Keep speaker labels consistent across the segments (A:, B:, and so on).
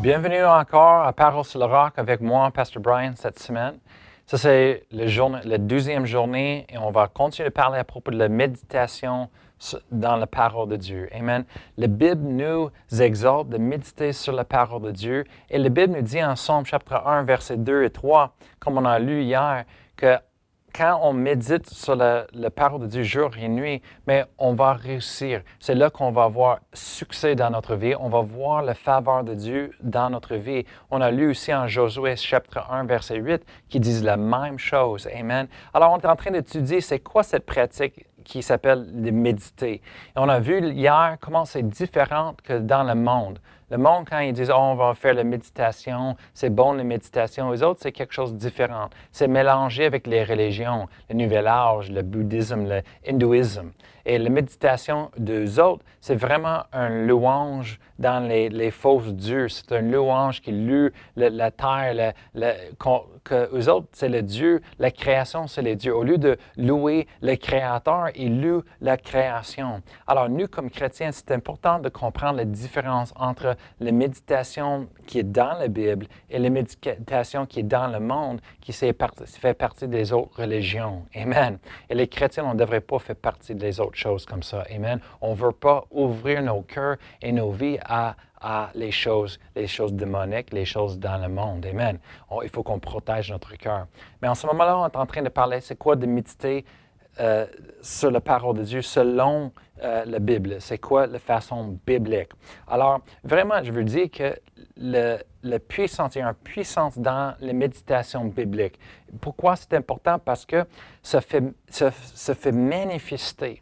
A: Bienvenue encore à Parole sur le Roc avec moi, Pasteur Brian, cette semaine. Ça, c'est la 12e journée et on va continuer de parler à propos de la méditation dans la parole de Dieu. Amen. La Bible nous exhorte de méditer sur la parole de Dieu et la Bible nous dit en Somme chapitre 1, versets 2 et 3, comme on a lu hier, que quand on médite sur la parole de Dieu jour et nuit, mais on va réussir. C'est là qu'on va avoir succès dans notre vie. On va voir la faveur de Dieu dans notre vie. On a lu aussi en Josué chapitre 1, verset 8, qui disent la même chose. Amen. Alors, on est en train d'étudier c'est quoi cette pratique qui s'appelle de méditer. Et on a vu hier comment c'est différent que dans le monde. Le monde, quand ils disent « Oh, on va faire la méditation, c'est bon la méditation », eux autres, c'est quelque chose de différent. C'est mélangé avec les religions, le Nouvel Âge, le bouddhisme, le hindouisme. Et la méditation d'eux autres, c'est vraiment un louange dans les fausses dieux. C'est un louange qui loue la terre, que eux autres, c'est le Dieu, la création, c'est le Dieu. Au lieu de louer le Créateur, ils louent la création. Alors, nous, comme chrétiens, c'est important de comprendre la différence entre la méditation qui est dans la Bible et la méditation qui est dans le monde, qui fait partie des autres religions. Amen. Et les chrétiens, on ne devrait pas faire partie des autres choses comme ça. Amen. On ne veut pas ouvrir nos cœurs et nos vies à les choses démoniques, les choses dans le monde. Amen. Il faut qu'on protège notre cœur. Mais en ce moment-là, on est en train de parler, c'est quoi de méditer sur la parole de Dieu selon la Bible. C'est quoi la façon biblique? Alors, vraiment, je veux dire que la puissance, il y a une puissance dans les méditations bibliques. Pourquoi c'est important? Parce que ça fait manifester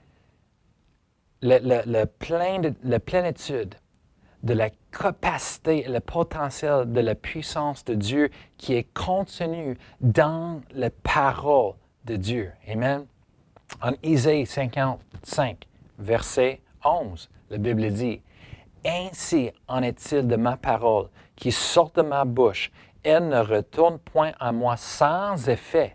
A: la plénitude de la capacité et le potentiel de la puissance de Dieu qui est contenu dans la parole de Dieu. Amen. En Isaïe 55, verset 11, la Bible dit « Ainsi en est-il de ma parole qui sort de ma bouche, elle ne retourne point à moi sans effet,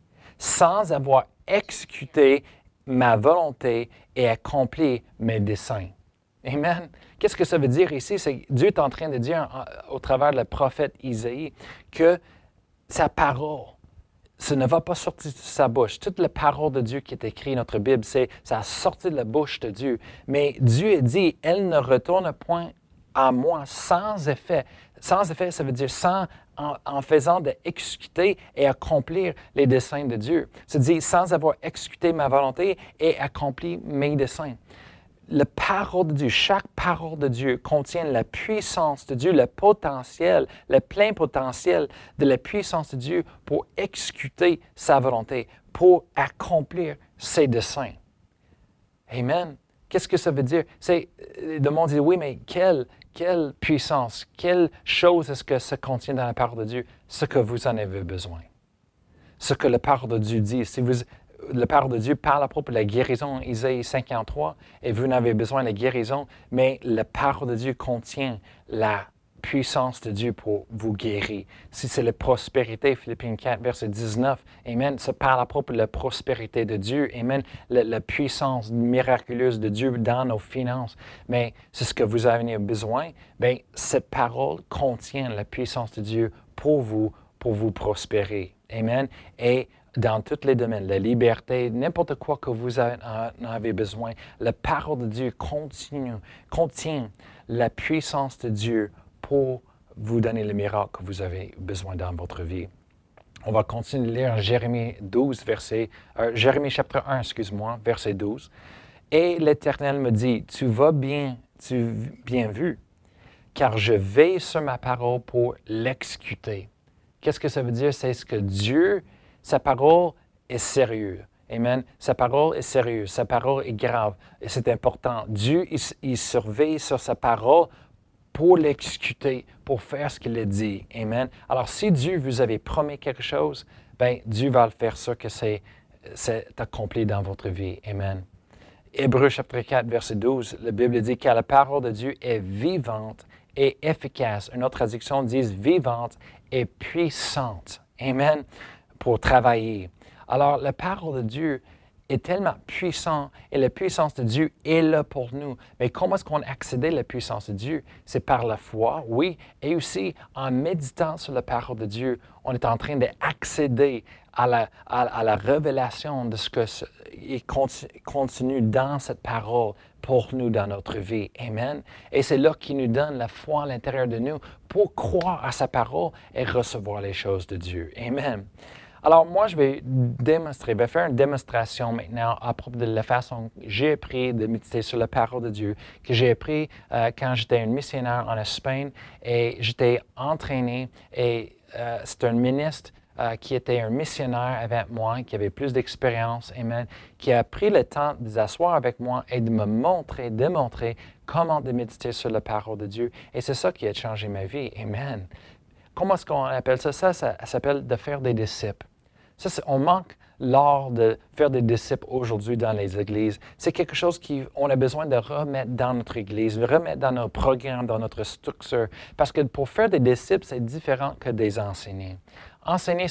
A: sans avoir exécuté ma volonté et accompli mes desseins. » Amen. Qu'est-ce que ça veut dire ici? C'est que Dieu est en train de dire au travers le prophète Isaïe que sa parole, ça ne va pas sortir de sa bouche. Toute la parole de Dieu qui est écrite dans notre Bible, ça a sorti de la bouche de Dieu. Mais Dieu a dit, elle ne retourne point à moi sans effet. Sans effet, ça veut dire en faisant d'exécuter et accomplir les desseins de Dieu. C'est-à-dire sans avoir exécuté ma volonté et accompli mes desseins. La parole de Dieu, chaque parole de Dieu contient la puissance de Dieu, le potentiel, le plein potentiel de la puissance de Dieu pour exécuter sa volonté, pour accomplir ses desseins. Amen. Qu'est-ce que ça veut dire? Le monde dit, oui, mais quelle puissance, quelle chose est-ce que ça contient dans la parole de Dieu? Ce que vous en avez besoin. Ce que la parole de Dieu dit. La parole de Dieu parle à propos de la guérison, Isaïe 53, et vous n'avez besoin de la guérison, mais la parole de Dieu contient la puissance de Dieu pour vous guérir. Si c'est la prospérité, Philippiens 4, verset 19, Amen, ça parle à propos de la prospérité de Dieu, Amen, la puissance miraculeuse de Dieu dans nos finances. Mais c'est ce que vous avez besoin. Bien, cette parole contient la puissance de Dieu pour vous prospérer. Amen. Et dans tous les domaines, la liberté, n'importe quoi que vous en avez besoin, la parole de Dieu contient la puissance de Dieu pour vous donner le miracle que vous avez besoin dans votre vie. On va continuer de lire Jérémie chapitre 1, verset 12. « Et l'Éternel me dit, tu bien vu, car je veille sur ma parole pour l'exécuter. » Qu'est-ce que ça veut dire? C'est ce que Dieu, sa parole est sérieuse. Amen. Sa parole est sérieuse, sa parole est grave et c'est important. Dieu, il surveille sur sa parole pour l'exécuter, pour faire ce qu'il a dit. Amen. Alors, si Dieu vous avait promis quelque chose, bien, Dieu va le faire sûr que c'est accompli dans votre vie. Amen. Hébreux chapitre 4, verset 12, la Bible dit « Car la parole de Dieu est vivante et efficace. » Une autre traduction dit « vivante et puissante. » Amen. Pour travailler. Alors, la parole de Dieu est tellement puissant et la puissance de Dieu est là pour nous. Mais comment est-ce qu'on accède à la puissance de Dieu? C'est par la foi, oui, et aussi en méditant sur la parole de Dieu, on est en train d'accéder à la révélation de ce que est contenu dans cette parole pour nous dans notre vie. Amen. Et c'est là qu'il nous donne la foi à l'intérieur de nous pour croire à sa parole et recevoir les choses de Dieu. Amen. Alors, moi, je vais faire une démonstration maintenant à propos de la façon que j'ai appris de méditer sur la parole de Dieu, que j'ai appris quand j'étais un missionnaire en Espagne et j'étais entraîné et c'est un ministre qui était un missionnaire avec moi, qui avait plus d'expérience, amen, qui a pris le temps de s'asseoir avec moi et de me démontrer comment de méditer sur la parole de Dieu. Et c'est ça qui a changé ma vie, amen. Comment est-ce qu'on appelle ça? Ça s'appelle de faire des disciples. Ça, on manque l'art de faire des disciples aujourd'hui dans les églises. C'est quelque chose qu'on a besoin de remettre dans notre église, de remettre dans nos programmes, dans notre structure. Parce que pour faire des disciples, c'est différent que des enseignants. Enseigner,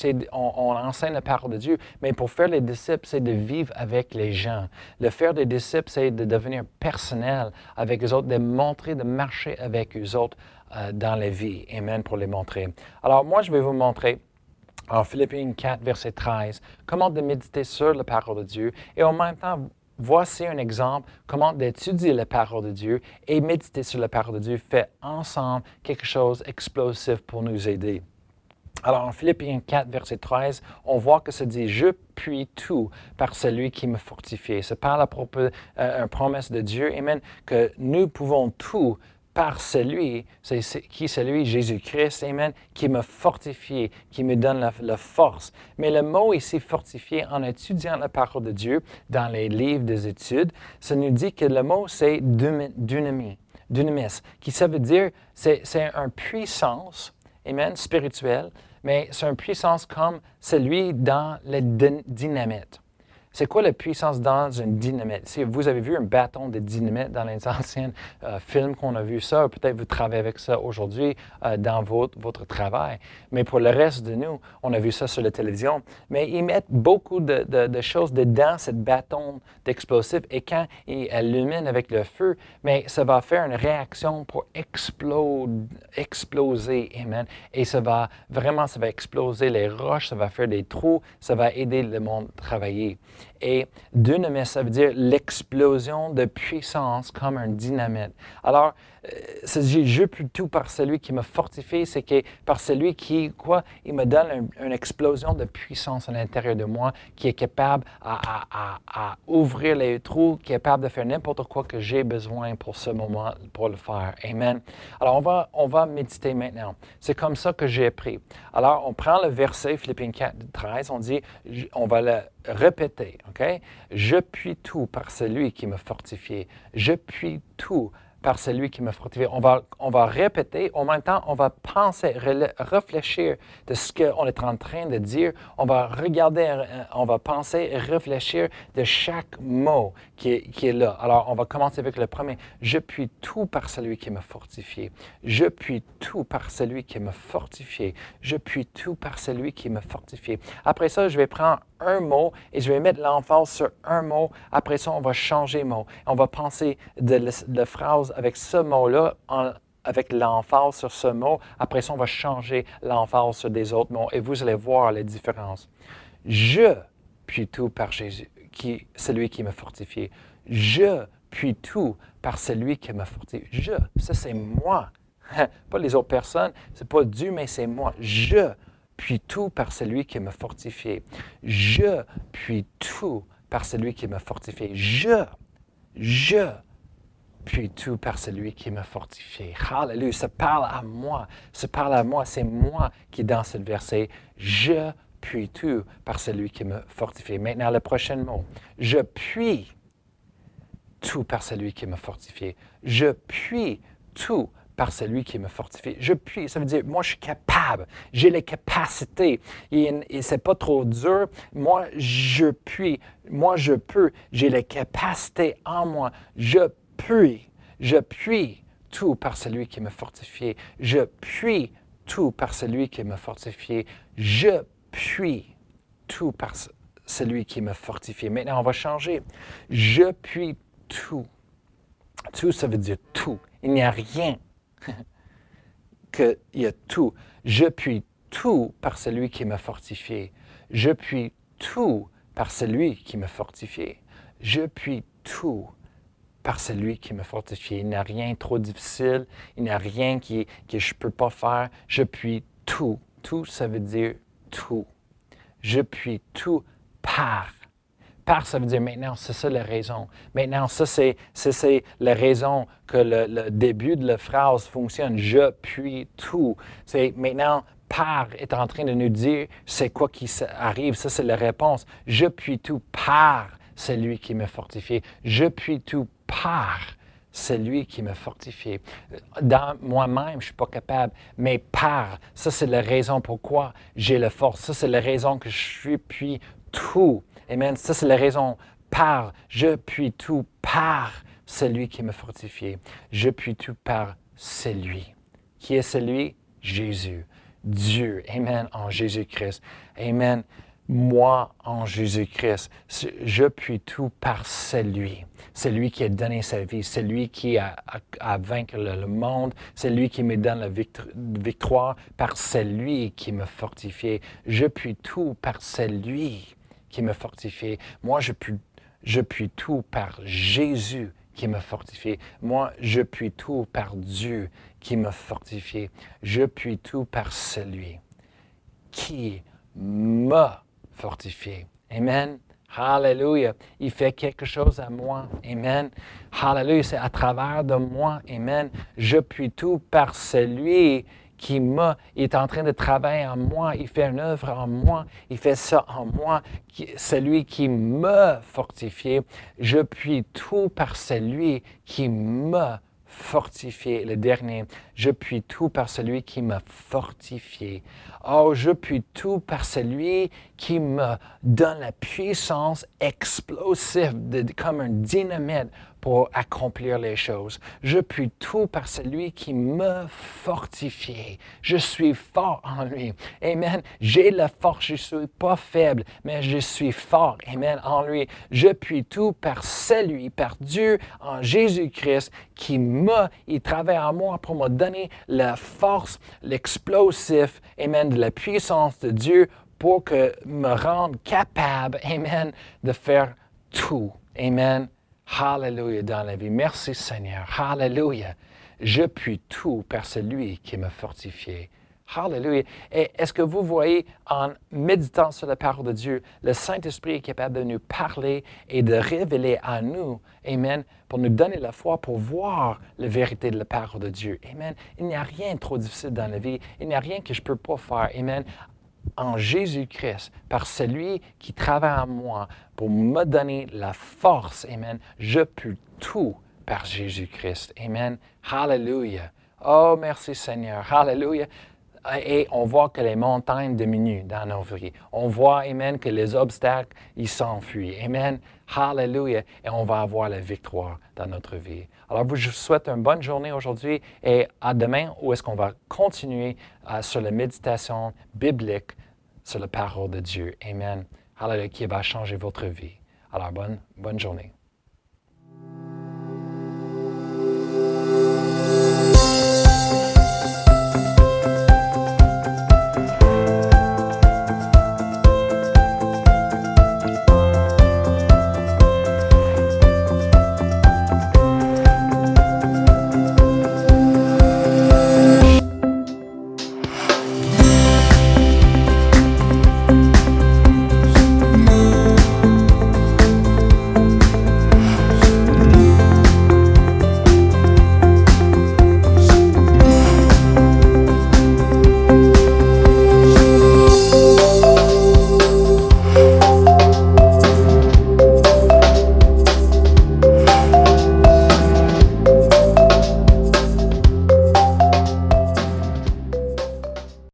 A: on enseigne la parole de Dieu, mais pour faire les disciples, c'est de vivre avec les gens. Le faire des disciples, c'est de devenir personnel avec eux autres, de montrer, de marcher avec eux autres dans la vie. Amen, pour les montrer. Alors, moi, je vais vous montrer en Philippiens 4, verset 13, comment de méditer sur la parole de Dieu. Et en même temps, voici un exemple, comment d'étudier la parole de Dieu et méditer sur la parole de Dieu fait ensemble quelque chose d'explosif pour nous aider. Alors, en Philippiens 4, verset 13, on voit que ça dit « Je puis tout par celui qui me fortifie ». Ça parle à propos d'une promesse de Dieu, amen, que nous pouvons tout par celui, celui Jésus-Christ, amen, qui me fortifie, qui me donne la force. Mais le mot ici, fortifié, en étudiant la parole de Dieu dans les livres des études, ça nous dit que le mot, c'est dunamis, qui ça veut dire, c'est une puissance, amen, spirituelle, mais c'est une puissance comme celui dans la dynamite. C'est quoi la puissance dans une dynamite? Si vous avez vu un bâton de dynamite dans les anciens films qu'on a vu ça, peut-être vous travaillez avec ça aujourd'hui dans votre travail. Mais pour le reste de nous, on a vu ça sur la télévision. Mais ils mettent beaucoup de choses dedans, ce bâton d'explosif. Et quand ils allument avec le feu, mais ça va faire une réaction pour exploser. Amen. Et ça va exploser les roches, ça va faire des trous, ça va aider le monde à travailler. Et dunamis, ça veut dire l'explosion de puissance comme un dynamite. Alors, ça dit « Je puis tout par celui qui me fortifie », c'est que par celui qui, il me donne une explosion de puissance à l'intérieur de moi, qui est capable à ouvrir les trous, qui est capable de faire n'importe quoi que j'ai besoin pour ce moment, pour le faire. Amen. Alors, on va méditer maintenant. C'est comme ça que j'ai appris. Alors, on prend le verset, Philippiens 4, 13, on va le répéter, OK? Je puis tout par celui qui me fortifie. Je puis tout par celui qui me fortifie. On va répéter, en même temps, on va penser, réfléchir de ce qu'on est en train de dire. On va regarder, on va penser et réfléchir de chaque mot qui est là. Alors, on va commencer avec le premier. Je puis tout par celui qui me fortifie. Je puis tout par celui qui me fortifie. Je puis tout par celui qui me fortifie. Après ça, je vais prendre un mot et je vais mettre l'emphase sur un mot. Après ça, on va changer de mot. On va penser de la phrase avec ce mot-là, avec l'emphase sur ce mot. Après ça, on va changer l'emphase sur des autres mots et vous allez voir la différence. Je puis tout par Jésus, celui qui me fortifie. Je puis tout par celui qui me fortifie. Je, ça c'est moi. Pas les autres personnes, c'est pas Dieu, mais c'est moi. Je puis tout par celui qui me fortifie. Je puis tout par celui qui me fortifie. Je puis tout par celui qui me fortifie. Hallelujah, ça parle à moi. Ça parle à moi, c'est moi qui est dans ce verset. Je puis tout par celui qui me fortifie. Maintenant, le prochain mot. Je puis tout par celui qui me fortifie. Je puis tout par celui qui me fortifie. Je puis, ça veut dire, moi, je suis capable. J'ai les capacités. Et c'est pas trop dur. Moi, je puis. Moi, je peux. J'ai les capacités en moi. Je puis tout par celui qui me fortifie. Je puis tout par celui qui me fortifie. Je puis tout par celui qui me fortifie. Maintenant, on va changer. Je puis tout. Tout, ça veut dire tout. Il n'y a rien qu'il y a tout. Je puis tout par celui qui m'a fortifié. Je puis tout par celui qui m'a fortifié. Je puis tout par celui qui m'a fortifié. Il n'y a rien trop difficile. Il n'y a rien que je ne peux pas faire. Je puis tout. Tout, ça veut dire tout. Je puis tout par. Par, ça veut dire maintenant, c'est ça la raison. Maintenant, ça, c'est la raison que le début de la phrase fonctionne. Je puis tout. C'est maintenant, par est en train de nous dire c'est quoi qui arrive. Ça, c'est la réponse. Je puis tout par celui qui me fortifie. Je puis tout par celui qui me fortifie. Dans moi-même, je ne suis pas capable, mais par, ça, c'est la raison pourquoi j'ai la force. Ça, c'est la raison que je suis puis tout. Amen. Ça, c'est la raison par. Je puis tout par celui qui me fortifie. Je puis tout par celui. Qui est celui? Jésus. Dieu. Amen. En Jésus-Christ. Amen. Moi en Jésus-Christ. Je puis tout par celui. Celui qui a donné sa vie. Celui qui a vaincu le monde. Celui qui me donne la victoire par celui qui me fortifie. Je puis tout par celui qui me fortifie. Moi, je puis tout par Jésus qui me fortifie. Moi, je puis tout par Dieu qui me fortifie. Je puis tout par celui qui m'a fortifié. Amen. Hallelujah. Il fait quelque chose à moi. Amen. Hallelujah. C'est à travers de moi. Amen. Je puis tout par celui qui est en train de travailler en moi, il fait une œuvre en moi, il fait ça en moi, celui qui m'a fortifié. Je puis tout par celui qui m'a fortifié. Le dernier, je puis tout par celui qui m'a fortifié. Oh, je puis tout par celui qui me donne la puissance explosive, comme un dynamite pour accomplir les choses. Je puis tout par celui qui me fortifie. Je suis fort en lui. Amen. J'ai la force, je ne suis pas faible, mais je suis fort. Amen. En lui. Je puis tout par celui, par Dieu, en Jésus-Christ, il travaille en moi pour me donner la force, l'explosif, amen, de la puissance de Dieu pour me rendre capable, amen, de faire tout. Amen. Hallelujah dans la vie. Merci Seigneur. Hallelujah. Je puis tout par celui qui m'a fortifié. Hallelujah. Et est-ce que vous voyez, en méditant sur la parole de Dieu, le Saint-Esprit est capable de nous parler et de révéler à nous, amen, pour nous donner la foi, pour voir la vérité de la parole de Dieu. Amen. Il n'y a rien de trop difficile dans la vie. Il n'y a rien que je ne peux pas faire. Amen. En Jésus-Christ, par celui qui travaille en moi pour me donner la force, amen, je peux tout par Jésus-Christ. Amen. Hallelujah. Oh, merci Seigneur. Hallelujah. Et on voit que les montagnes diminuent dans nos vies. On voit, amen, que les obstacles, ils s'enfuient. Amen. Hallelujah. Et on va avoir la victoire dans notre vie. Alors, je vous souhaite une bonne journée aujourd'hui et à demain où est-ce qu'on va continuer sur la méditation biblique sur la parole de Dieu. Amen. Hallelujah, qui va changer votre vie. Alors, bonne journée.